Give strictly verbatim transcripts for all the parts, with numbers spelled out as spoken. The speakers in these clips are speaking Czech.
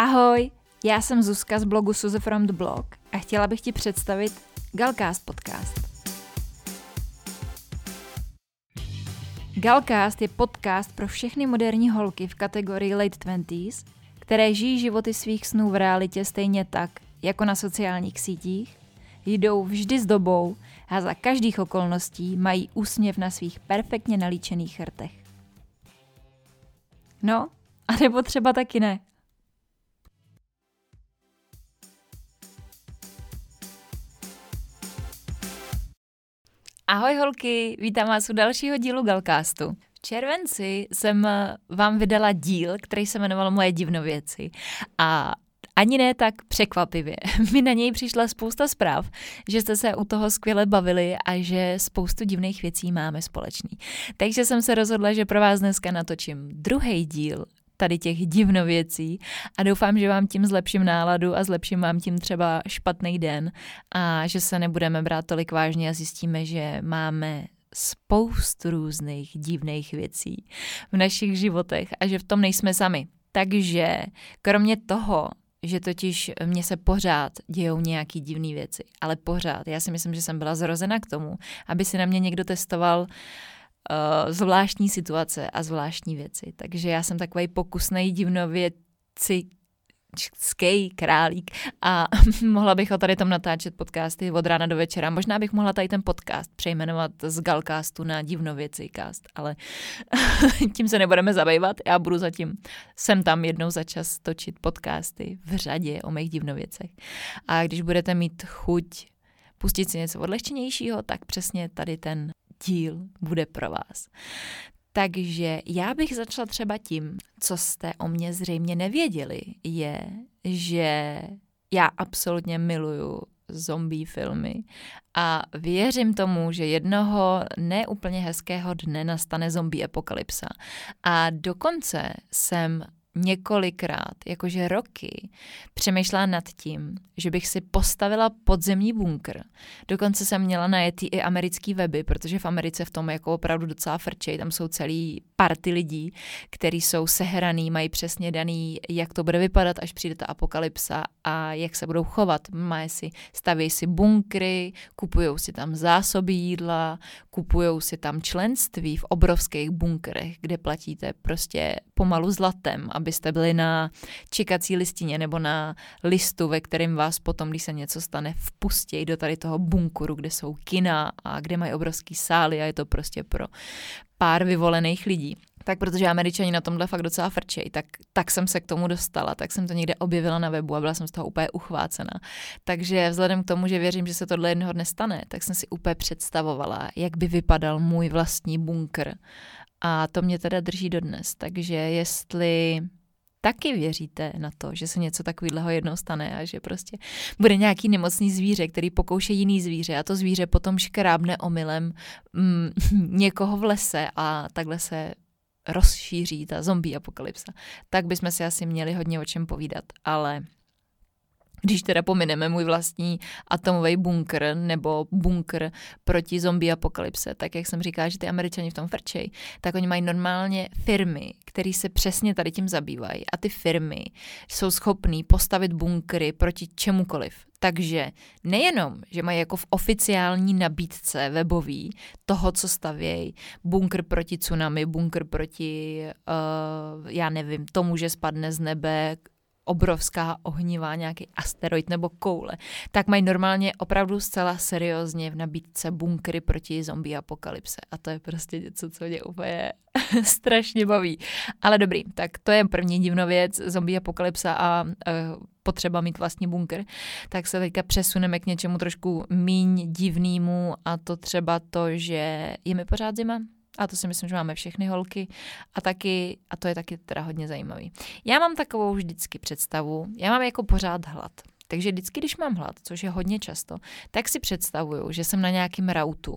Ahoj, já jsem Zuzka z blogu Suze from the blog a chtěla bych ti představit Galcast podcast. Galcast je podcast pro všechny moderní holky v kategorii late twenties, které žijí životy svých snů v realitě stejně tak, jako na sociálních sítích, jdou vždy s dobou a za každých okolností mají úsměv na svých perfektně nalíčených rtech. No, a nebo třeba taky ne. Ahoj holky, vítám vás u dalšího dílu Galcastu. V červenci jsem vám vydala díl, který se jmenoval Moje divnověci a ani ne tak překvapivě. Mi na něj přišla spousta zpráv, že jste se u toho skvěle bavili a že spoustu divných věcí máme společný. Takže jsem se rozhodla, že pro vás dneska natočím druhý díl tady těch divnověcí a doufám, že vám tím zlepším náladu a zlepším vám tím třeba špatný den a že se nebudeme brát tolik vážně a zjistíme, že máme spoustu různých divných věcí v našich životech a že v tom nejsme sami. Takže kromě toho, že totiž mně se pořád dějou nějaký divný věci, ale pořád, já si myslím, že jsem byla zrozena k tomu, aby si na mě někdo testoval Uh, zvláštní situace a zvláštní věci. Takže já jsem takovej pokusnej divnověcický králík a mohla bych o tady tom natáčet podcasty od rána do večera. Možná bych mohla tady ten podcast přejmenovat z Galcastu na divnověcikast, ale tím se nebudeme zabývat. Já budu zatím sem tam jednou za čas točit podcasty v řadě o mých divnověcech. A když budete mít chuť pustit si něco odlehčenějšího, tak přesně tady ten díl bude pro vás. Takže já bych začala třeba tím, co jste o mě zřejmě nevěděli, je, že já absolutně miluju zombie filmy a věřím tomu, že jednoho neúplně hezkého dne nastane zombie apokalypsa. A dokonce jsem několikrát, jakože roky, přemýšlela nad tím, že bych si postavila podzemní bunkr. Dokonce jsem měla najetý i americký weby, protože v Americe v tom jako opravdu docela frčej, tam jsou celý party lidí, kteří jsou sehraný, mají přesně daný, jak to bude vypadat, až přijde ta apokalypsa a jak se budou chovat. Mají si, staví si bunkry, kupujou si tam zásoby jídla, kupujou si tam členství v obrovských bunkrech, kde platíte prostě pomalu zlatem, abyste byli na čekací listině nebo na listu, ve kterém vás potom, když se něco stane, vpustějí do tady toho bunkru, kde jsou kina a kde mají obrovský sály a je to prostě pro pár vyvolených lidí. Tak protože Američani na tomhle fakt docela frčej, tak, tak jsem se k tomu dostala, tak jsem to někde objevila na webu a byla jsem z toho úplně uchvácena. Takže vzhledem k tomu, že věřím, že se tohle jednoho dne stane, tak jsem si úplně představovala, jak by vypadal můj vlastní bunkr. A to mě teda drží dodnes, takže jestli taky věříte na to, že se něco takového jednou stane a že prostě bude nějaký nemocný zvíře, který pokouše jiný zvíře a to zvíře potom škrábne omylem mm, někoho v lese a takhle se rozšíří ta zombie apokalypsa, tak bychom si asi měli hodně o čem povídat, ale když teda pomineme můj vlastní atomový bunkr nebo bunkr proti zombie apokalypse, tak jak jsem říkala, že ty Američani v tom frčej, tak oni mají normálně firmy, které se přesně tady tím zabývají a ty firmy jsou schopný postavit bunkry proti čemukoliv. Takže nejenom, že mají jako v oficiální nabídce webový toho, co stavějí, bunkr proti tsunami, bunkr proti, uh, já nevím, tomu, že spadne z nebe obrovská ohnivá, nějaký asteroid nebo koule, tak mají normálně opravdu zcela seriózně v nabídce bunkry proti zombie apokalypse. A to je prostě něco, co mě úplně strašně baví. Ale dobrý, tak to je první divnou věc, zombie apokalypsa a uh, potřeba mít vlastní bunkr. Tak se teďka přesuneme k něčemu trošku míň divnému a to třeba to, že je mi pořád zima. A to si myslím, že máme všechny holky a taky, a to je taky teda hodně zajímavý. Já mám takovou vždycky představu, já mám jako pořád hlad. Takže vždycky, když mám hlad, což je hodně často, tak si představuju, že jsem na nějakým rautu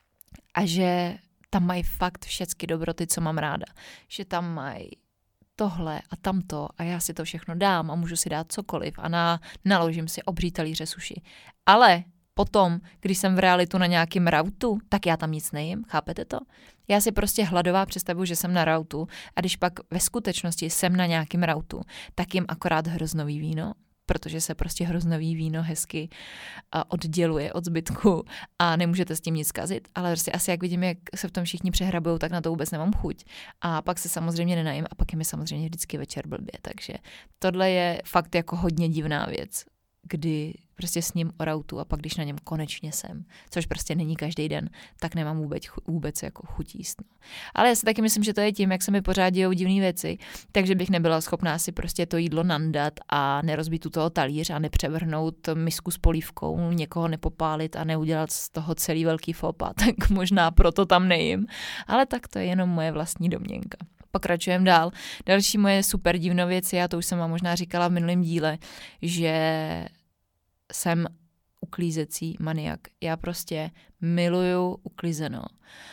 a že tam mají fakt všechny dobroty, co mám ráda. Že tam mají tohle a tamto a já si to všechno dám a můžu si dát cokoliv a na, naložím si obří talíře suši. Ale Potom, když jsem v realitu na nějakém rautu, tak já tam nic nejím, chápete to? Já si prostě hladová představuji, že jsem na rautu a když pak ve skutečnosti jsem na nějakém rautu, tak jim akorát hroznový víno, protože se prostě hroznový víno hezky odděluje od zbytku a nemůžete s tím nic kazit, ale prostě asi jak vidím, jak se v tom všichni přehrabujou, tak na to vůbec nemám chuť. A pak se samozřejmě nenajím a pak je mi samozřejmě vždycky večer blbě, takže tohle je fakt jako hodně divná věc, kdy prostě s ním o rautu a pak když na něm konečně jsem, což prostě není každý den, tak nemám vůbec, vůbec jako chuť jíst. No. Ale já si taky myslím, že to je tím, jak se mi pořád dějou divné věci, takže bych nebyla schopná si prostě to jídlo nandat a nerozbít u toho talíř a nepřevrhnout misku s polívkou, někoho nepopálit a neudělat z toho celý velký fopa, tak možná proto tam nejím. Ale tak to je jenom moje vlastní domněnka. Pokračujeme dál. Další moje super divnou věc je, a to už jsem vám možná říkala v minulém díle, že jsem uklízecí maniak. Já prostě miluju uklízeno.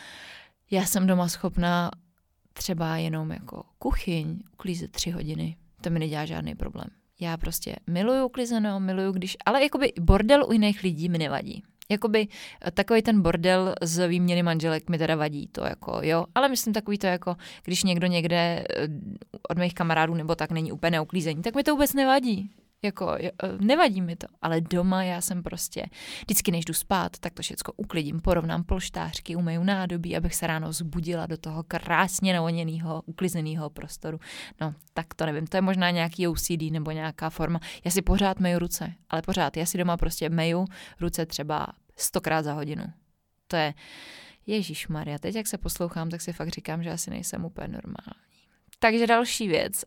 Já jsem doma schopná třeba jenom jako kuchyň uklízet tři hodiny. To mi nedělá žádný problém. Já prostě miluju uklízeno, miluju když, ale jakoby bordel u jiných lidí mi nevadí. Jakoby takový ten bordel z výměny manželek mi teda vadí, to jako jo, ale myslím takový to jako, když někdo někde od mých kamarádů nebo tak není úplně neuklízení, tak mi to vůbec nevadí. Jako, nevadí mi to, ale doma já jsem prostě, vždycky než jdu spát, tak to všecko uklidím, porovnám polštářky, umeju nádobí, abych se ráno zbudila do toho krásně navoněného, uklizeného prostoru. No, tak to nevím, to je možná nějaký O C D nebo nějaká forma. Já si pořád meju ruce, ale pořád, já si doma prostě meju ruce třeba stokrát za hodinu. To je, ježišmarja, teď jak se poslouchám, tak si fakt říkám, že asi nejsem úplně normální. Takže další věc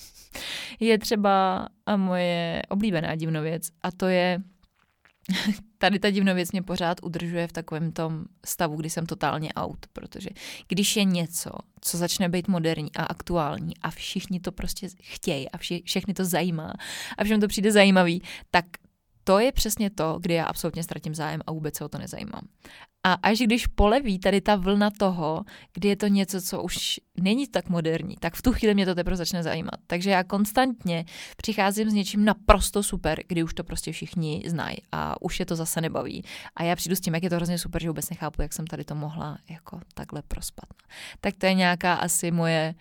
je třeba moje oblíbená divnověc a to je, tady ta divnověc mě pořád udržuje v takovém tom stavu, kdy jsem totálně out, protože když je něco, co začne být moderní a aktuální a všichni to prostě chtějí a vši, všechny to zajímá a všem to přijde zajímavý, tak to je přesně to, kdy já absolutně ztratím zájem a vůbec se o to nezajímám. A až když poleví tady ta vlna toho, kdy je to něco, co už není tak moderní, tak v tu chvíli mě to teprve začne zajímat. Takže já konstantně přicházím s něčím naprosto super, kdy už to prostě všichni znají a už je to zase nebaví. A já přijdu s tím, jak je to hrozně super, že vůbec nechápu, jak jsem tady to mohla jako takhle prospat. Tak to je nějaká asi moje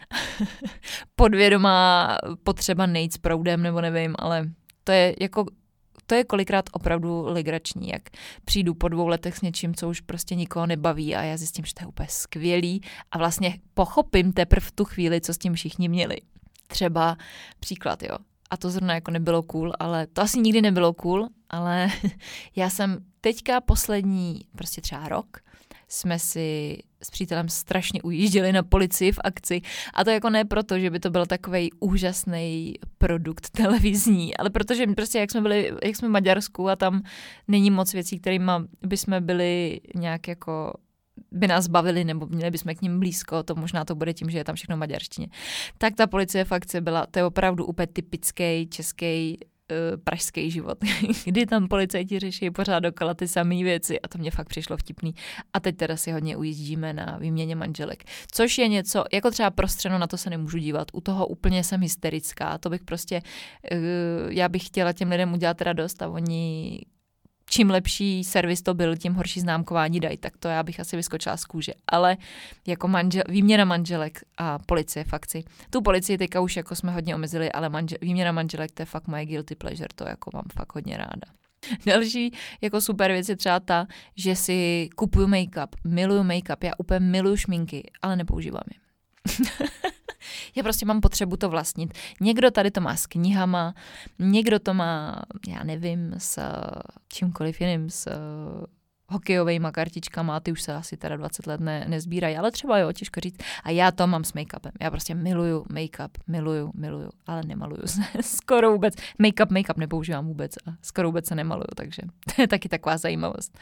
podvědomá potřeba nejít s proudem, nebo nevím, ale to je jako to je kolikrát opravdu legrační, jak přijdu po dvou letech s něčím, co už prostě nikoho nebaví a já zjistím, že to je úplně skvělý a vlastně pochopím teprve v tu chvíli, co s tím všichni měli. Třeba příklad, jo. A to zrovna jako nebylo cool, ale to asi nikdy nebylo cool, ale já jsem teďka poslední prostě třeba rok jsme si s přítelem strašně ujížděli na policii v akci a to jako ne proto, že by to byl takovej úžasný produkt televizní, ale protože prostě jak jsme byli, jak jsme v Maďarsku a tam není moc věcí, kterými bychom byli nějak jako by nás bavili nebo měli bychom k ním blízko, to možná to bude tím, že je tam všechno v maďarštině. Tak ta policie v akci byla, to je opravdu úplně typický český pražský život, kdy tam policajti řeší pořád dokola ty samé věci a to mě fakt přišlo vtipný. A teď teda si hodně ujíždíme na výměně manželek. Což je něco, jako třeba prostřeno, na to se nemůžu dívat. U toho úplně jsem hysterická. To bych prostě, já bych chtěla těm lidem udělat radost a oni čím lepší servis to byl, tím horší známkování dají, tak to já bych asi vyskočila z kůže. Ale jako manžel, výměna manželek a policie v akci. Tu policii teďka už jako jsme hodně omezili, ale manžel, výměna manželek, to je fakt moje guilty pleasure, to jako mám fakt hodně ráda. Další jako super věc je třeba ta, že si kupuju make-up, miluju make-up, já úplně miluju šminky, ale nepoužívám je. Já prostě mám potřebu to vlastnit. Někdo tady to má s knihama, někdo to má, já nevím, s čímkoliv jiným, s hokejovejma kartičkama, ty už se asi teda dvacet let ne, nezbírají, ale třeba jo, těžko říct. A já to mám s make-upem. Já prostě miluju make-up, miluju, miluju, ale nemaluju se skoro vůbec. Make-up, make-up nepoužívám vůbec a skoro vůbec se nemaluju, takže to je taky taková zajímavost.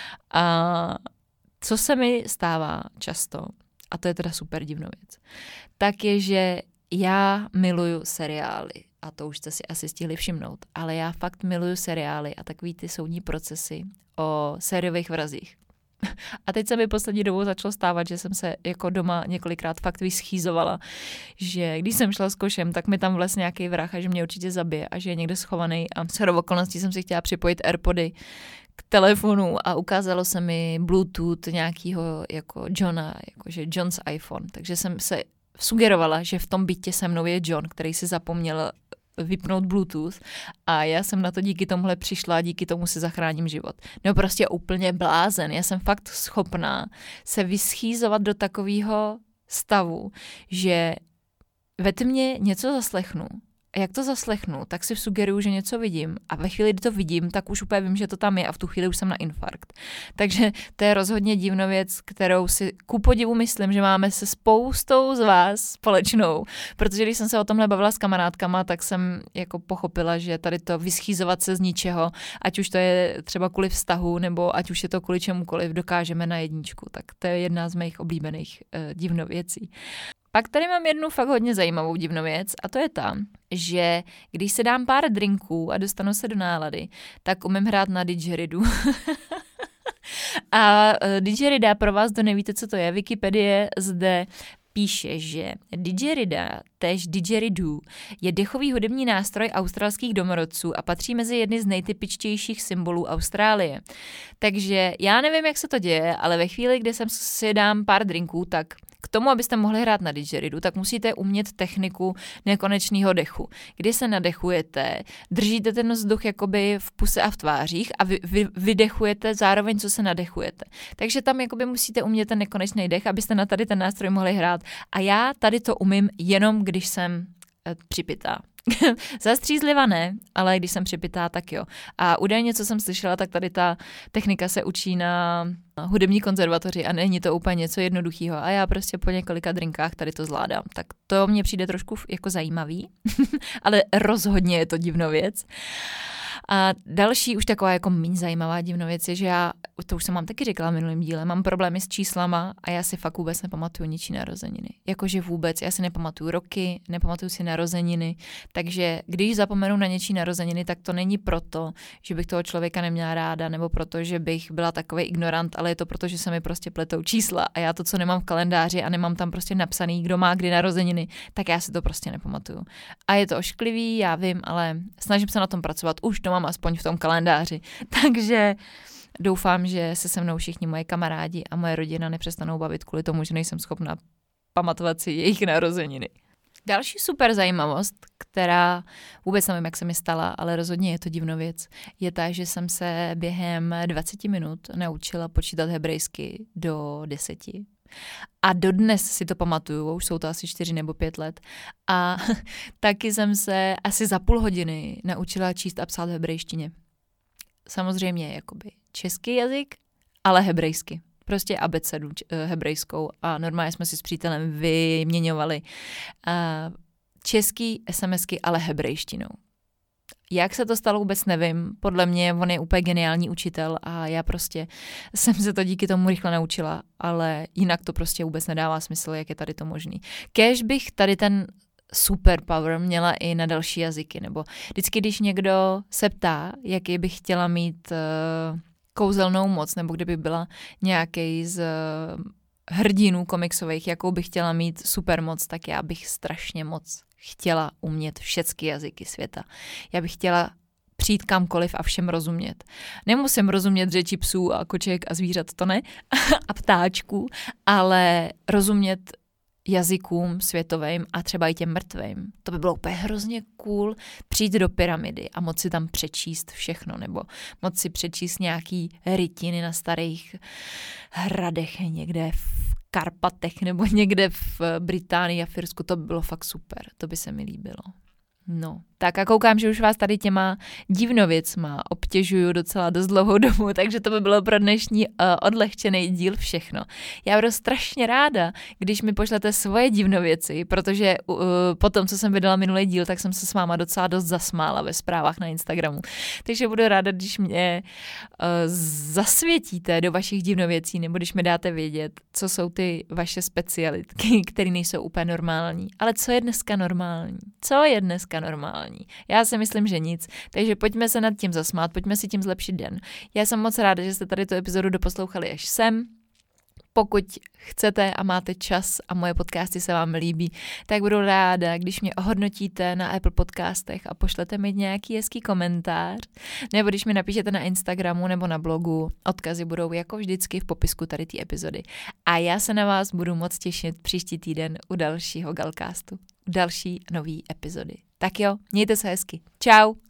A co se mi stává často, a to je teda super divnou věc, tak je, že já miluju seriály. A to už jste si asi stihli všimnout. Ale já fakt miluju seriály a takový ty soudní procesy o sériových vrazích. A teď se mi poslední dobou začalo stávat, že jsem se jako doma několikrát fakt vyschýzovala, že když jsem šla s košem, tak mi tam vlez nějaký vrah a že mě určitě zabije a že je někde schovaný. A shodou okolností jsem si chtěla připojit AirPody k telefonu a ukázalo se mi Bluetooth nějakýho jako Johna, jakože John's iPhone. Takže jsem se sugerovala, že v tom bytě se mnou je John, který si zapomněl vypnout Bluetooth a já jsem na to díky tomuhle přišla a díky tomu si zachráním život. No prostě úplně blázen. Já jsem fakt schopná se vyschýzovat do takového stavu, že ve tmě něco zaslechnu. A jak to zaslechnu, tak si sugeruju, že něco vidím a ve chvíli, kdy to vidím, tak už úplně vím, že to tam je a v tu chvíli už jsem na infarkt. Takže to je rozhodně divná věc, kterou si ku podivu myslím, že máme se spoustou z vás společnou, protože když jsem se o tomhle bavila s kamarádkama, tak jsem jako pochopila, že tady to vyschýzovat se z ničeho, ať už to je třeba kvůli vztahu, nebo ať už je to kvůli čemukoliv, dokážeme na jedničku. Tak to je jedna z mých oblíbených uh, divnověcí. Pak tady mám jednu fakt hodně zajímavou divnou věc a to je ta, že když se dám pár drinků a dostanu se do nálady, tak umím hrát na didgeridu. A didgerida, pro vás, kdo nevíte, co to je, Wikipedie zde píše, že didgerida, též didgeridoo, je dechový hudební nástroj australských domorodců a patří mezi jedny z nejtypičtějších symbolů Austrálie. Takže já nevím, jak se to děje, ale ve chvíli, kdy jsem si dám pár drinků, tak k tomu, abyste mohli hrát na didgeridu, tak musíte umět techniku nekonečného dechu. Kdy se nadechujete, držíte ten vzduch jakoby v puse a v tvářích a vy, vy, vydechujete zároveň, co se nadechujete. Takže tam jakoby musíte umět ten nekonečný dech, abyste na tady ten nástroj mohli hrát. A já tady to umím jenom, když jsem e, připitá. Zastřízliva ne, ale když jsem připitá, tak jo. A údajně, co jsem slyšela, tak tady ta technika se učí na hudební konzervatoři a není to úplně něco jednoduchého. A já prostě po několika drinkách tady to zvládám. Tak to mně přijde trošku jako zajímavý, ale rozhodně je to divnou věc. A další už taková jako méně zajímavá divná věc je, že já, to už jsem vám taky řekla v minulém díle, mám problémy s číslama a já si fakt vůbec nepamatuju ničí narozeniny. Jakože vůbec, já si nepamatuju roky, nepamatuju si narozeniny, takže když zapomenu na něčí narozeniny, tak to není proto, že bych toho člověka neměla ráda, nebo proto, že bych byla takový ignorant, ale je to proto, že se mi prostě pletou čísla a já to, co nemám v kalendáři a nemám tam prostě napsaný, kdo má kdy narozeniny, tak já si to prostě nepamatuju. A je to ošklivý, já vím, ale snažím se na tom pracovat, už to mám aspoň v tom kalendáři. Takže doufám, že se se mnou všichni moje kamarádi a moje rodina nepřestanou bavit kvůli tomu, že nejsem schopna pamatovat si jejich narozeniny. Další super zajímavost, která vůbec nevím, jak se mi stala, ale rozhodně je to divná věc, je ta, že jsem se během dvacet minut naučila počítat hebrejsky do deseti. A dodnes si to pamatuju, už jsou to asi čtyři nebo pět let. A taky jsem se asi za půl hodiny naučila číst a psát v hebrejštině. Samozřejmě jakoby český jazyk, ale hebrejsky. Prostě abecedu hebrejskou a normálně jsme si s přítelem vyměňovali český SMSky, ale hebrejštinou. Jak se to stalo, vůbec nevím. Podle mě on je úplně geniální učitel a já prostě jsem se to díky tomu rychle naučila, ale jinak to prostě vůbec nedává smysl, jak je tady to možný. Kéž bych tady ten superpower měla i na další jazyky, nebo vždycky, když někdo se ptá, jaký bych chtěla mít uh, kouzelnou moc, nebo kdyby byla nějaký z uh, hrdinů komiksových, jakou bych chtěla mít supermoc, tak já bych strašně moc chtěla umět všechny jazyky světa. Já bych chtěla přijít kamkoliv a všem rozumět. Nemusím rozumět řeči psů a koček a zvířat, to ne, a ptáčků, ale rozumět jazykům světovým a třeba i těm mrtvým. To by bylo úplně hrozně cool přijít do pyramidy a moci tam přečíst všechno, nebo moci přečíst nějaký rytiny na starých hradech někde v Karpatech nebo někde v Británii a v Irsku. To by bylo fakt super, to by se mi líbilo. No, tak a koukám, že už vás tady těma divnověcma obtěžuju docela dost dlouhou dobu, takže to by bylo pro dnešní uh, odlehčený díl všechno. Já budu strašně ráda, když mi pošlete svoje divnověci, protože uh, po tom, co jsem vydala minulý díl, tak jsem se s váma docela dost zasmála ve zprávách na Instagramu. Takže budu ráda, když mě uh, zasvětíte do vašich divnověcí, nebo když mi dáte vědět, co jsou ty vaše specialitky, které nejsou úplně normální. Ale co je dneska normální? Co je dneska normální? Já si myslím, že nic. Takže pojďme se nad tím zasmát, pojďme si tím zlepšit den. Já jsem moc ráda, že jste tady tu epizodu doposlouchali až sem. pokud chcete a máte čas a moje podcasty se vám líbí, tak budu ráda, když mě ohodnotíte na Apple podcastech a pošlete mi nějaký hezký komentář, nebo když mi napíšete na Instagramu nebo na blogu. Odkazy budou jako vždycky v popisku tady té epizody. A já se na vás budu moc těšit příští týden u dalšího Galcastu, u další nový epizody. Tak jo, mějte se hezky. Čau!